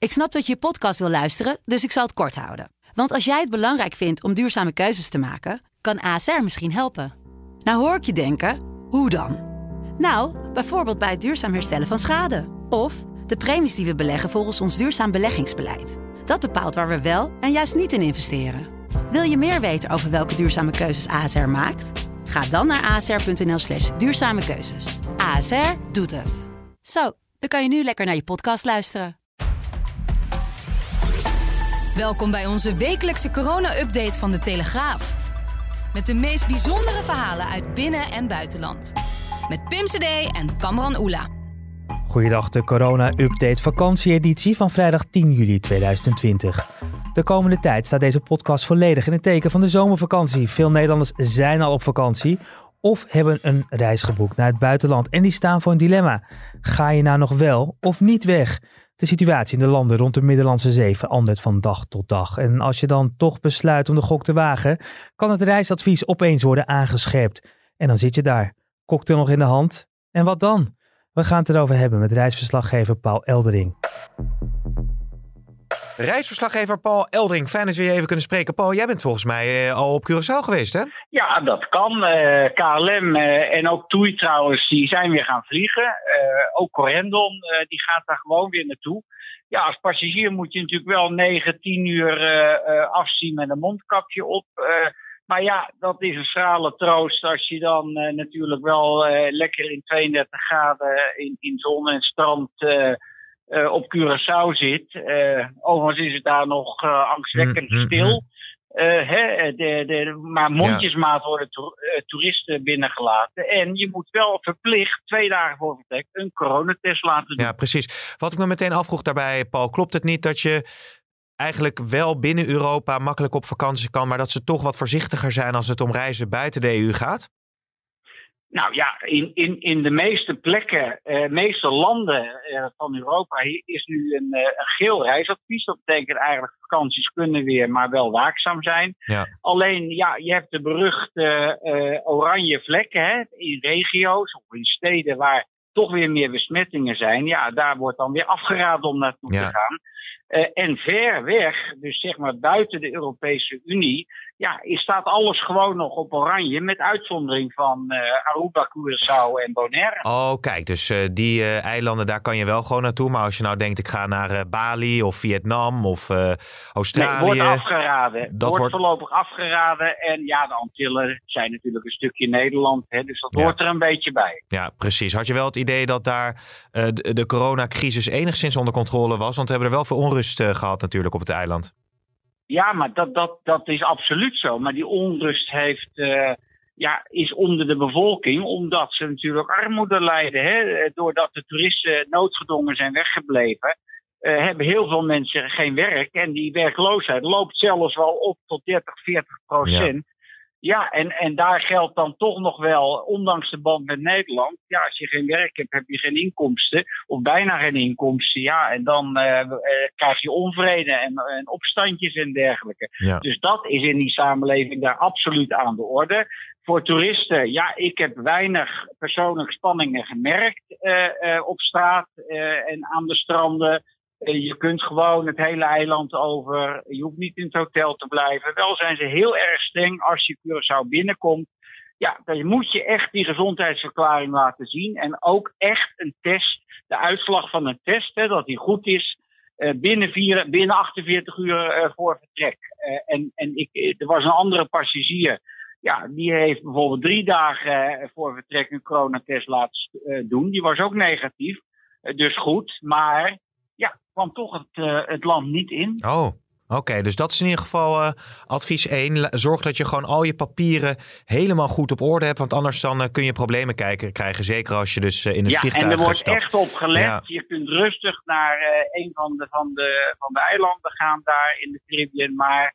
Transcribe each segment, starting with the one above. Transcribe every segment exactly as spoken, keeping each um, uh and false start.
Ik snap dat je je podcast wil luisteren, dus ik zal het kort houden. Want als jij het belangrijk vindt om duurzame keuzes te maken, kan A S R misschien helpen. Nou hoor ik je denken, hoe dan? Nou, bijvoorbeeld bij het duurzaam herstellen van schade. Of de premies die we beleggen volgens ons duurzaam beleggingsbeleid. Dat bepaalt waar we wel en juist niet in investeren. Wil je meer weten over welke duurzame keuzes A S R maakt? Ga dan naar asr.nl slash duurzame keuzes. A S R doet het. Zo, dan kan je nu lekker naar je podcast luisteren. Welkom bij onze wekelijkse corona-update van De Telegraaf. Met de meest bijzondere verhalen uit binnen- en buitenland. Met Pim C D en Kamran Oela. Goeiedag, de corona-update vakantieeditie van vrijdag tien juli tweeduizend twintig. De komende tijd staat deze podcast volledig in het teken van de zomervakantie. Veel Nederlanders zijn al op vakantie of hebben een reis geboekt naar het buitenland. En die staan voor een dilemma. Ga je nou nog wel of niet weg? De situatie in de landen rond de Middellandse Zee verandert van dag tot dag. En als je dan toch besluit om de gok te wagen, kan het reisadvies opeens worden aangescherpt. En dan zit je daar, cocktail nog in de hand. En wat dan? We gaan het erover hebben met reisverslaggever Paul Eldering. Reisverslaggever Paul Eldering, fijn dat we je even kunnen spreken. Paul, jij bent volgens mij uh, al op Curaçao geweest, hè? Ja, dat kan. Uh, K L M uh, en ook TUI trouwens, die zijn weer gaan vliegen. Uh, ook Corendon, uh, die gaat daar gewoon weer naartoe. Ja, als passagier moet je natuurlijk wel negen, tien uur uh, uh, afzien met een mondkapje op. Uh, maar ja, dat is een schrale troost als je dan uh, natuurlijk wel uh, lekker in tweeëndertig graden in, in zon en strand Uh, Uh, op Curaçao zit. Uh, overigens is het daar nog uh, angstwekkend mm, mm, stil. Uh, hè, de, de, maar mondjesmaat worden to- uh, toeristen binnengelaten. En je moet wel verplicht twee dagen voor vertrek een coronatest laten doen. Ja, precies. Wat ik me meteen afvroeg daarbij, Paul, klopt het niet dat je eigenlijk wel binnen Europa makkelijk op vakantie kan, maar dat ze toch wat voorzichtiger zijn als het om reizen buiten de E U gaat? Nou ja, in, in, in de meeste plekken, uh, meeste landen uh, van Europa is nu een, uh, een geel reisadvies. Dat betekent eigenlijk vakanties kunnen weer, maar wel waakzaam zijn. Ja. Alleen, ja, je hebt de beruchte uh, oranje vlekken hè, in regio's of in steden waar toch weer meer besmettingen zijn. Ja, daar wordt dan weer afgeraden om naartoe ja. te gaan. Uh, en ver weg, dus zeg maar buiten de Europese Unie, ja, staat alles gewoon nog op oranje, met uitzondering van uh, Aruba, Curaçao en Bonaire. Oh, kijk, dus uh, die uh, eilanden, daar kan je wel gewoon naartoe. Maar als je nou denkt, ik ga naar uh, Bali of Vietnam of uh, Australië. Nee, wordt afgeraden. Dat wordt, wordt voorlopig afgeraden. En ja, de Antillen zijn natuurlijk een stukje Nederland, hè, dus dat ja. hoort er een beetje bij. Ja, precies. Had je wel het idee dat daar uh, de, de coronacrisis enigszins onder controle was? Want we hebben er wel veel onrust uh, gehad natuurlijk op het eiland. Ja, maar dat, dat, dat is absoluut zo. Maar die onrust heeft, uh, ja, is onder de bevolking, omdat ze natuurlijk armoede lijden. Hè? Doordat de toeristen noodgedwongen zijn weggebleven, uh, hebben heel veel mensen geen werk. En die werkloosheid loopt zelfs wel op tot dertig, veertig procent. Ja. Ja, en, en daar geldt dan toch nog wel, ondanks de band met Nederland, ja, als je geen werk hebt, heb je geen inkomsten, of bijna geen inkomsten, ja, en dan uh, uh, krijg je onvrede en, en opstandjes en dergelijke. Ja. Dus dat is in die samenleving daar absoluut aan de orde. Voor toeristen, ja, ik heb weinig persoonlijke spanningen gemerkt uh, uh, op straat uh, en aan de stranden. Je kunt gewoon het hele eiland over. Je hoeft niet in het hotel te blijven. Wel zijn ze heel erg streng als je Curaçao binnenkomt. Ja, dan moet je echt die gezondheidsverklaring laten zien. En ook echt een test, de uitslag van een test, hè, dat die goed is, uh, binnen, vier, binnen achtenveertig uur uh, voor vertrek. Uh, en en ik, er was een andere passagier. Ja, die heeft bijvoorbeeld drie dagen uh, voor vertrek een coronatest laten uh, doen. Die was ook negatief. Uh, dus goed, maar ja, kwam toch het, uh, het land niet in. Oh, oké. Okay. Dus dat is in ieder geval uh, advies één. Zorg dat je gewoon al je papieren helemaal goed op orde hebt. Want anders dan uh, kun je problemen kijken, krijgen. Zeker als je dus uh, in het ja, vliegtuig stapt. Ja, en er wordt stapt. echt op gelet. Ja. Je kunt rustig naar uh, een van de, van, de, van de eilanden gaan daar in de Caribbean. Maar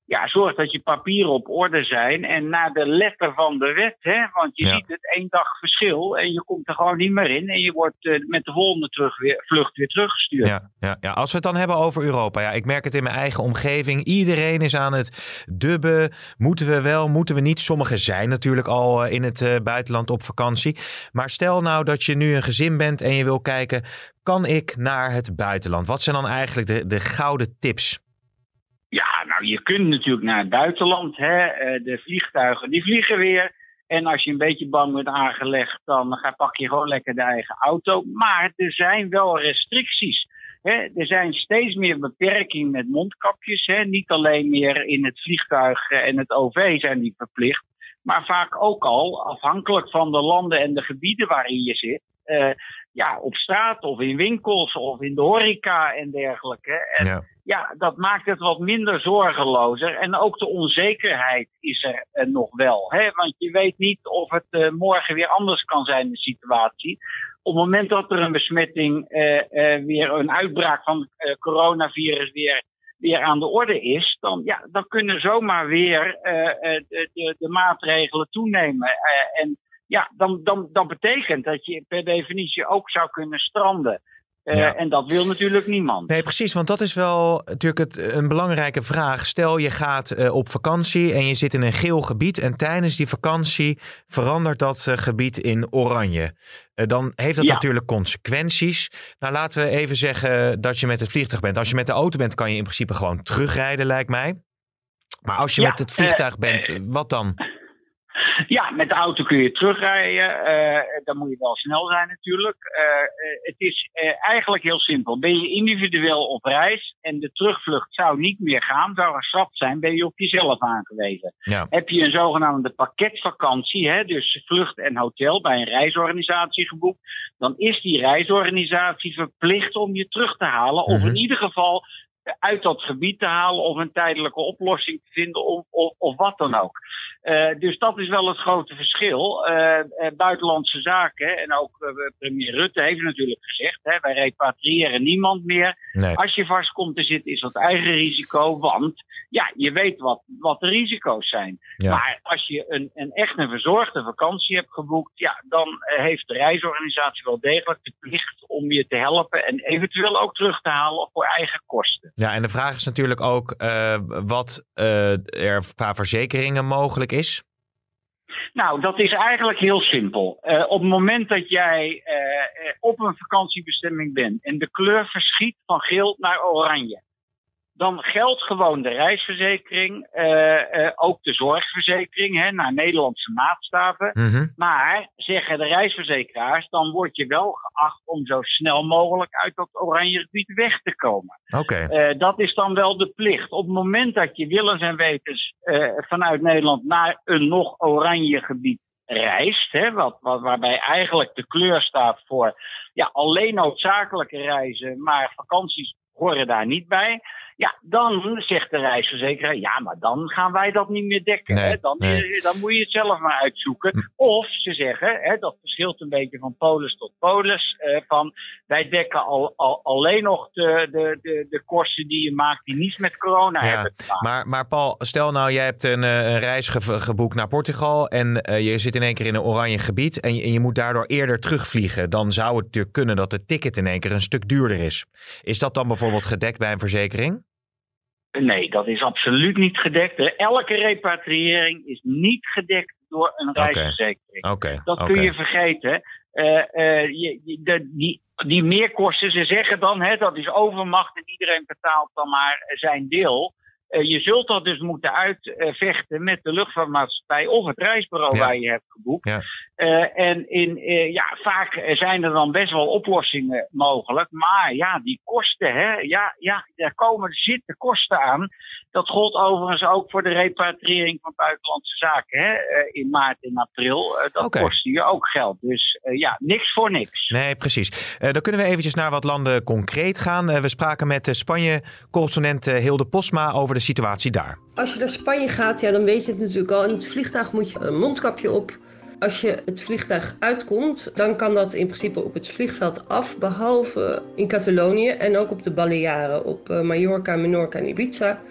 ja, zorg dat je papieren op orde zijn en naar de letter van de wet. Hè? Want je ja. ziet het één dag verschil en je komt er gewoon niet meer in. En je wordt uh, met de volgende terug weer, vlucht weer teruggestuurd. Ja, ja, ja. Als we het dan hebben over Europa. Ja, ik merk het in mijn eigen omgeving. Iedereen is aan het dubben. Moeten we wel, moeten we niet? Sommigen zijn natuurlijk al in het uh, buitenland op vakantie. Maar stel nou dat je nu een gezin bent en je wil kijken, kan ik naar het buitenland? Wat zijn dan eigenlijk de, de gouden tips? Ja, nou je kunt natuurlijk naar het buitenland. Hè. De vliegtuigen die vliegen weer. En als je een beetje bang bent aangelegd, dan ga, pak je gewoon lekker de eigen auto. Maar er zijn wel restricties. Hè. Er zijn steeds meer beperkingen met mondkapjes. Hè. Niet alleen meer in het vliegtuig en het O V zijn die verplicht. Maar vaak ook al, afhankelijk van de landen en de gebieden waarin je zit. Uh, ja, op straat of in winkels of in de horeca en dergelijke. En ja. ja, dat maakt het wat minder zorgelozer. En ook de onzekerheid is er uh, nog wel. Hè? Want je weet niet of het uh, morgen weer anders kan zijn, de situatie. Op het moment dat er een besmetting, uh, uh, weer een uitbraak van het uh, coronavirus weer... weer aan de orde is, dan, ja, dan kunnen zomaar weer uh, uh, de, de, de maatregelen toenemen. Uh, en ja, dan, dan, dan betekent dat je per definitie ook zou kunnen stranden. Uh, ja. En dat wil natuurlijk niemand. Nee, precies, want dat is wel natuurlijk het, een belangrijke vraag. Stel je gaat uh, op vakantie en je zit in een geel gebied en tijdens die vakantie verandert dat uh, gebied in oranje. Uh, dan heeft dat ja. natuurlijk consequenties. Nou, laten we even zeggen dat je met het vliegtuig bent. Als je met de auto bent, kan je in principe gewoon terugrijden, lijkt mij. Maar als je ja, met het vliegtuig uh, bent, uh, wat dan? Ja, met de auto kun je terugrijden. Uh, dan moet je wel snel zijn natuurlijk. Uh, uh, het is uh, eigenlijk heel simpel. Ben je individueel op reis en de terugvlucht zou niet meer gaan, zou geschrapt zijn, ben je op jezelf aangewezen. Ja. Heb je een zogenaamde pakketvakantie, hè, dus vlucht en hotel bij een reisorganisatie geboekt, dan is die reisorganisatie verplicht om je terug te halen. Mm-hmm. Of in ieder geval uit dat gebied te halen of een tijdelijke oplossing te vinden of, of, of wat dan ook. Uh, dus dat is wel het grote verschil. Uh, uh, buitenlandse zaken en ook uh, premier Rutte heeft natuurlijk gezegd, hè, wij repatriëren niemand meer. Nee. Als je vast komt te zitten is dat eigen risico, want ja, je weet wat, wat de risico's zijn. Ja. Maar als je een, een echt een verzorgde vakantie hebt geboekt, ja, dan uh, heeft de reisorganisatie wel degelijk de plicht om je te helpen en eventueel ook terug te halen voor eigen kosten. Ja, en de vraag is natuurlijk ook uh, wat uh, er qua verzekeringen mogelijk is. Nou, dat is eigenlijk heel simpel. Uh, op het moment dat jij uh, op een vakantiebestemming bent en de kleur verschiet van geel naar oranje, dan geldt gewoon de reisverzekering, uh, uh, ook de zorgverzekering, hè, naar Nederlandse maatstaven. Mm-hmm. Maar, zeggen de reisverzekeraars, dan word je wel geacht om zo snel mogelijk uit dat oranje gebied weg te komen. Okay. Uh, dat is dan wel de plicht. Op het moment dat je willens en wetens uh, vanuit Nederland naar een nog oranje gebied reist, hè, wat, wat, waarbij eigenlijk de kleur staat voor ja, alleen noodzakelijke reizen, maar vakanties horen daar niet bij. Ja, dan zegt de reisverzekeraar, ja, maar dan gaan wij dat niet meer dekken. Nee, hè? Dan, nee. dan moet je het zelf maar uitzoeken. Of ze zeggen, hè, dat verschilt een beetje van polis tot polis, eh, van wij dekken al, al, alleen nog de, de, de, de kosten die je maakt die niets met corona ja, hebben te maken. Maar, maar Paul, stel nou, jij hebt een, een reis ge- geboekt naar Portugal en uh, je zit in één keer in een oranje gebied en je, en je moet daardoor eerder terugvliegen. Dan zou het natuurlijk kunnen dat de ticket in één keer een stuk duurder is. Is dat dan bijvoorbeeld gedekt bij een verzekering? Nee, dat is absoluut niet gedekt. Elke repatriëring is niet gedekt door een okay. reisverzekering. Okay. Dat kun okay. je vergeten. Uh, uh, je, de, die, die meerkosten, ze zeggen dan, hè, dat is overmacht en iedereen betaalt dan maar zijn deel. Uh, je zult dat dus moeten uitvechten met de luchtvaartmaatschappij of het reisbureau ja. waar je hebt geboekt. Ja. Uh, en in, uh, ja, vaak zijn er dan best wel oplossingen mogelijk. Maar ja, die kosten, hè, ja, ja, daar komen, zitten kosten aan. Dat gold overigens ook voor de repatriëring van buitenlandse zaken. Hè, uh, in maart en april. Uh, dat okay. kost hier ook geld. Dus uh, ja, niks voor niks. Nee, precies. Uh, dan kunnen we eventjes naar wat landen concreet gaan. Uh, we spraken met uh, Spanje-correspondent uh, Hilde Posma over de situatie daar. Als je naar Spanje gaat, ja, dan weet je het natuurlijk al. In het vliegtuig moet je een mondkapje op. Als je het vliegtuig uitkomt, dan kan dat in principe op het vliegveld af. Behalve in Catalonië en ook op de Balearen, op uh, Mallorca, Menorca en Ibiza.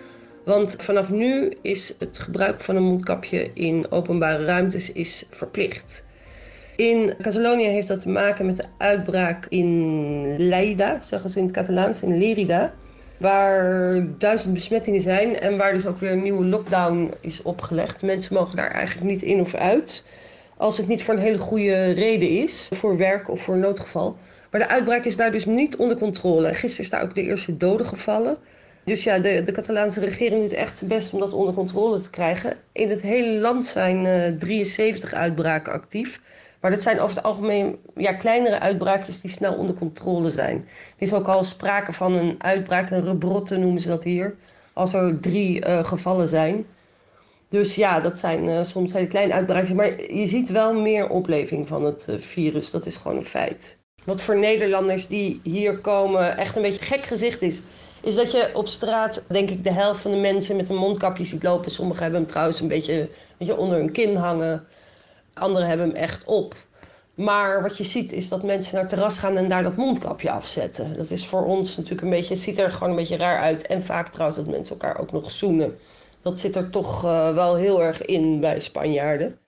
Want vanaf nu is het gebruik van een mondkapje in openbare ruimtes is verplicht. In Catalonië heeft dat te maken met de uitbraak in Lleida, zeggen ze in het Catalaans, in Lérida. Waar duizend besmettingen zijn en waar dus ook weer een nieuwe lockdown is opgelegd. Mensen mogen daar eigenlijk niet in of uit. Als het niet voor een hele goede reden is, voor werk of voor een noodgeval. Maar de uitbraak is daar dus niet onder controle. Gisteren is daar ook de eerste doden gevallen. Dus ja, de, de Catalaanse regering doet echt het best om dat onder controle te krijgen. In het hele land zijn uh, drieënzeventig uitbraken actief. Maar dat zijn over het algemeen ja, kleinere uitbraakjes die snel onder controle zijn. Er is ook al sprake van een uitbraak, een rebrotte noemen ze dat hier. Als er drie uh, gevallen zijn. Dus ja, dat zijn uh, soms hele kleine uitbraakjes. Maar je ziet wel meer opleving van het uh, virus. Dat is gewoon een feit. Wat voor Nederlanders die hier komen echt een beetje gek gezicht is... is dat je op straat, denk ik, de helft van de mensen met een mondkapje ziet lopen. Sommigen hebben hem trouwens een beetje, een beetje onder hun kin hangen. Anderen hebben hem echt op. Maar wat je ziet is dat mensen naar het terras gaan en daar dat mondkapje afzetten. Dat is voor ons natuurlijk een beetje, het ziet er gewoon een beetje raar uit. En vaak trouwens dat mensen elkaar ook nog zoenen. Dat zit er toch uh, wel heel erg in bij Spanjaarden.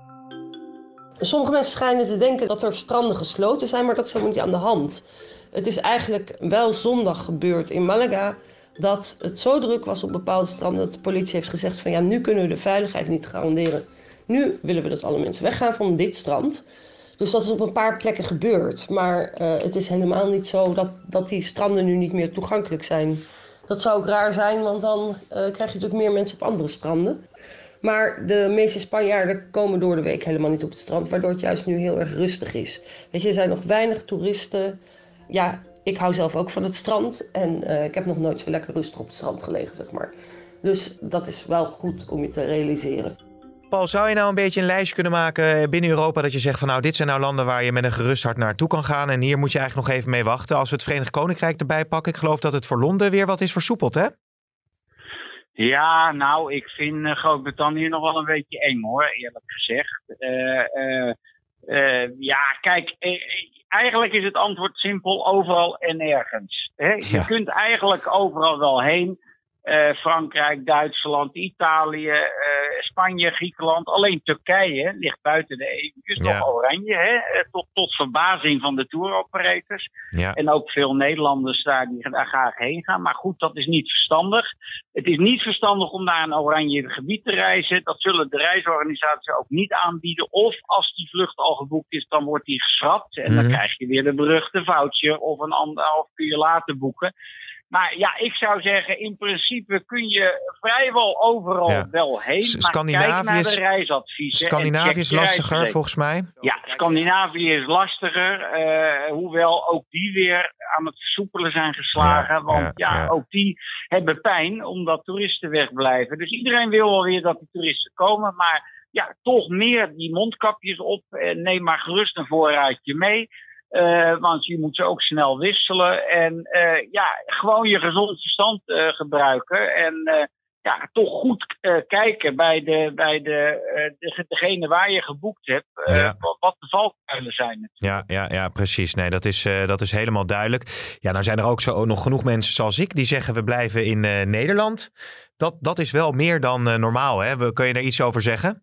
Sommige mensen schijnen te denken dat er stranden gesloten zijn, maar dat is helemaal niet aan de hand. Het is eigenlijk wel zondag gebeurd in Malaga dat het zo druk was op bepaalde stranden dat de politie heeft gezegd van ja, nu kunnen we de veiligheid niet garanderen. Nu willen we dat alle mensen weggaan van dit strand. Dus dat is op een paar plekken gebeurd. Maar uh, het is helemaal niet zo dat, dat die stranden nu niet meer toegankelijk zijn. Dat zou ook raar zijn, want dan uh, krijg je natuurlijk meer mensen op andere stranden. Maar de meeste Spanjaarden komen door de week helemaal niet op het strand, waardoor het juist nu heel erg rustig is. Weet je, er zijn nog weinig toeristen. Ja, ik hou zelf ook van het strand en uh, ik heb nog nooit zo lekker rustig op het strand gelegen, zeg maar. Dus dat is wel goed om je te realiseren. Paul, zou je nou een beetje een lijstje kunnen maken binnen Europa dat je zegt van nou, dit zijn nou landen waar je met een gerust hart naartoe kan gaan en hier moet je eigenlijk nog even mee wachten. Als we het Verenigd Koninkrijk erbij pakken, ik geloof dat het voor Londen weer wat is versoepeld, hè? Ja, nou, ik vind uh, Groot-Brittannië nog wel een beetje eng hoor, eerlijk gezegd. Uh, uh, uh, ja, kijk, uh, eigenlijk is het antwoord simpel, overal en nergens. Hè? Je ja. kunt eigenlijk overal wel heen. Uh, Frankrijk, Duitsland, Italië, uh, Spanje, Griekenland. Alleen Turkije ligt buiten de E U. Dus ja. nog oranje, hè? Tot, tot verbazing van de tour-operators. Ja. En ook veel Nederlanders daar die daar graag heen gaan. Maar goed, dat is niet verstandig. Het is niet verstandig om naar een oranje gebied te reizen. Dat zullen de reisorganisaties ook niet aanbieden. Of als die vlucht al geboekt is, dan wordt die geschrapt. En mm-hmm. dan krijg je weer de beruchte voucher of een anderhalf uur later boeken. Maar ja, ik zou zeggen, in principe kun je vrijwel overal ja. wel heen. Scandinavië maar kijk naar de reisadviezen. Scandinavië is lastiger, volgens mij. Ja, Scandinavië is lastiger. Uh, hoewel ook die weer aan het versoepelen zijn geslagen. Ja, want ja, ja, ja, ook die hebben pijn omdat toeristen wegblijven. Dus iedereen wil wel weer dat de toeristen komen. Maar ja, toch meer die mondkapjes op. Uh, neem maar gerust een voorraadje mee. Uh, want je moet ze ook snel wisselen. En uh, ja, gewoon je gezond verstand uh, gebruiken. En uh, ja, toch goed uh, kijken bij, de, bij de, uh, de, degene waar je geboekt hebt. Uh, ja. wat, wat de valkuilen zijn natuurlijk. Ja, ja, ja, precies. Nee, dat is, uh, dat is helemaal duidelijk. Ja, nou zijn er ook zo nog genoeg mensen zoals ik die zeggen we blijven in uh, Nederland. Dat, dat is wel meer dan uh, normaal, hè? Kun je daar iets over zeggen?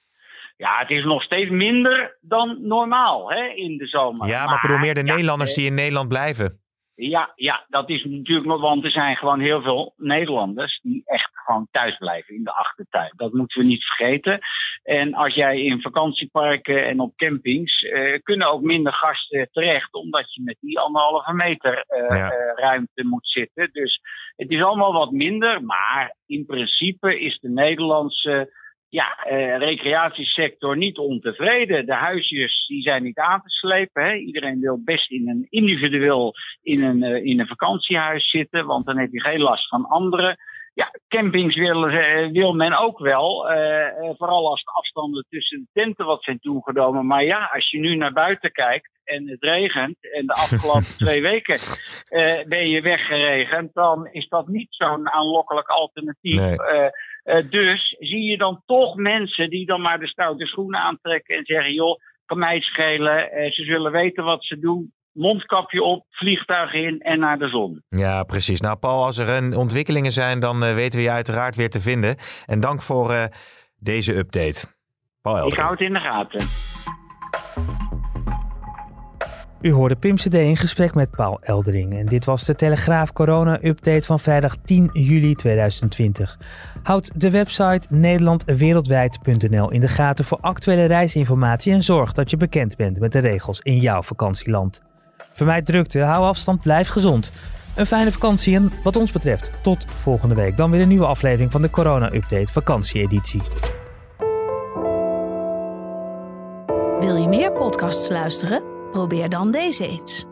Ja, het is nog steeds minder dan normaal hè, in de zomer. Ja, maar, maar ik bedoel meer de ja, Nederlanders die in Nederland blijven. Ja, ja, dat is natuurlijk nog, want er zijn gewoon heel veel Nederlanders die echt gewoon thuis blijven in de achtertuin. Dat moeten we niet vergeten. En als jij in vakantieparken en op campings, uh, kunnen ook minder gasten terecht, omdat je met die anderhalve meter uh, ja. uh, ruimte moet zitten. Dus het is allemaal wat minder, maar in principe is de Nederlandse Ja, uh, recreatiesector niet ontevreden. De huisjes die zijn niet aan te slepen. Hè. Iedereen wil best in een individueel in een, uh, in een vakantiehuis zitten, want dan heb je geen last van anderen. Ja, campings wil, uh, wil men ook wel, uh, uh, vooral als de afstanden tussen de tenten wat zijn toegenomen. Maar ja, als je nu naar buiten kijkt en het regent en de afgelopen twee weken uh, ben je weggeregend, dan is dat niet zo'n aanlokkelijk alternatief. Nee. Uh, Uh, dus zie je dan toch mensen die dan maar de stoute schoenen aantrekken en zeggen, joh, kan mij het schelen, uh, ze zullen weten wat ze doen. mondkapje op, vliegtuig in en naar de zon. Ja, precies. Nou Paul, als er een ontwikkelingen zijn, dan uh, weten we je uiteraard weer te vinden. En dank voor uh, deze update. Paul Eldering. Ik hou het in de gaten. U hoorde Pim C D in gesprek met Paul Eldering. En dit was de Telegraaf Corona-update van vrijdag tien juli tweeduizend twintig. Houd de website nederland wereldwijd punt n l in de gaten voor actuele reisinformatie en zorg dat je bekend bent met de regels in jouw vakantieland. Vermijd drukte, hou afstand, blijf gezond. Een fijne vakantie en wat ons betreft tot volgende week. Dan weer een nieuwe aflevering van de Corona-update vakantie-editie. Wil je meer podcasts luisteren? Probeer dan deze eens.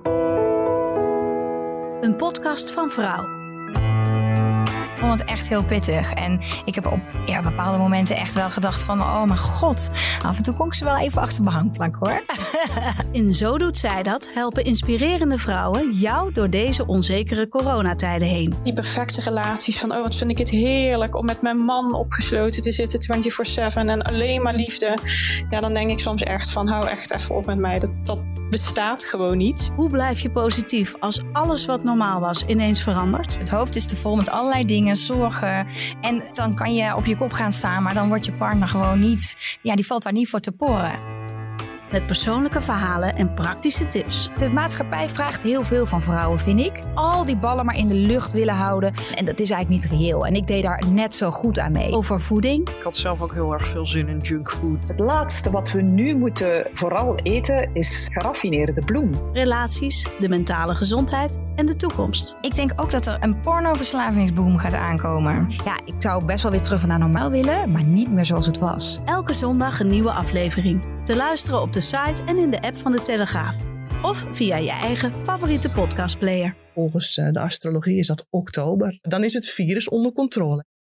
Een podcast van Vrouw. Ik vond het echt heel pittig. En ik heb op ja, bepaalde momenten echt wel gedacht van... oh mijn god, af en toe kon ik ze wel even achter mijn hangplank hoor. In Zo Doet Zij Dat helpen inspirerende vrouwen jou door deze onzekere coronatijden heen. Die perfecte relaties van, oh wat vind ik het heerlijk om met mijn man opgesloten te zitten vierentwintig zeven en alleen maar liefde. Ja, dan denk ik soms echt van, hou echt even op met mij. Dat, dat bestaat gewoon niet. Hoe blijf je positief als alles wat normaal was ineens verandert? Het hoofd is te vol met allerlei dingen, zorgen. En dan kan je op je kop gaan staan, maar dan wordt je partner gewoon niet... ja, die valt daar niet voor te poren. Met persoonlijke verhalen en praktische tips. De maatschappij vraagt heel veel van vrouwen, vind ik. Al die ballen maar in de lucht willen houden. En dat is eigenlijk niet reëel. En ik deed daar net zo goed aan mee. Over voeding. Ik had zelf ook heel erg veel zin in junkfood. Het laatste wat we nu moeten vooral eten is geraffineerde bloem. Relaties, de mentale gezondheid en de toekomst. Ik denk ook dat er een pornoverslavingsboom gaat aankomen. Ja, ik zou best wel weer terug naar normaal willen, maar niet meer zoals het was. Elke zondag een nieuwe aflevering. Te luisteren op de site en in de app van de Telegraaf. Of via je eigen favoriete podcastplayer. Volgens de astrologie is dat oktober. Dan is het virus onder controle.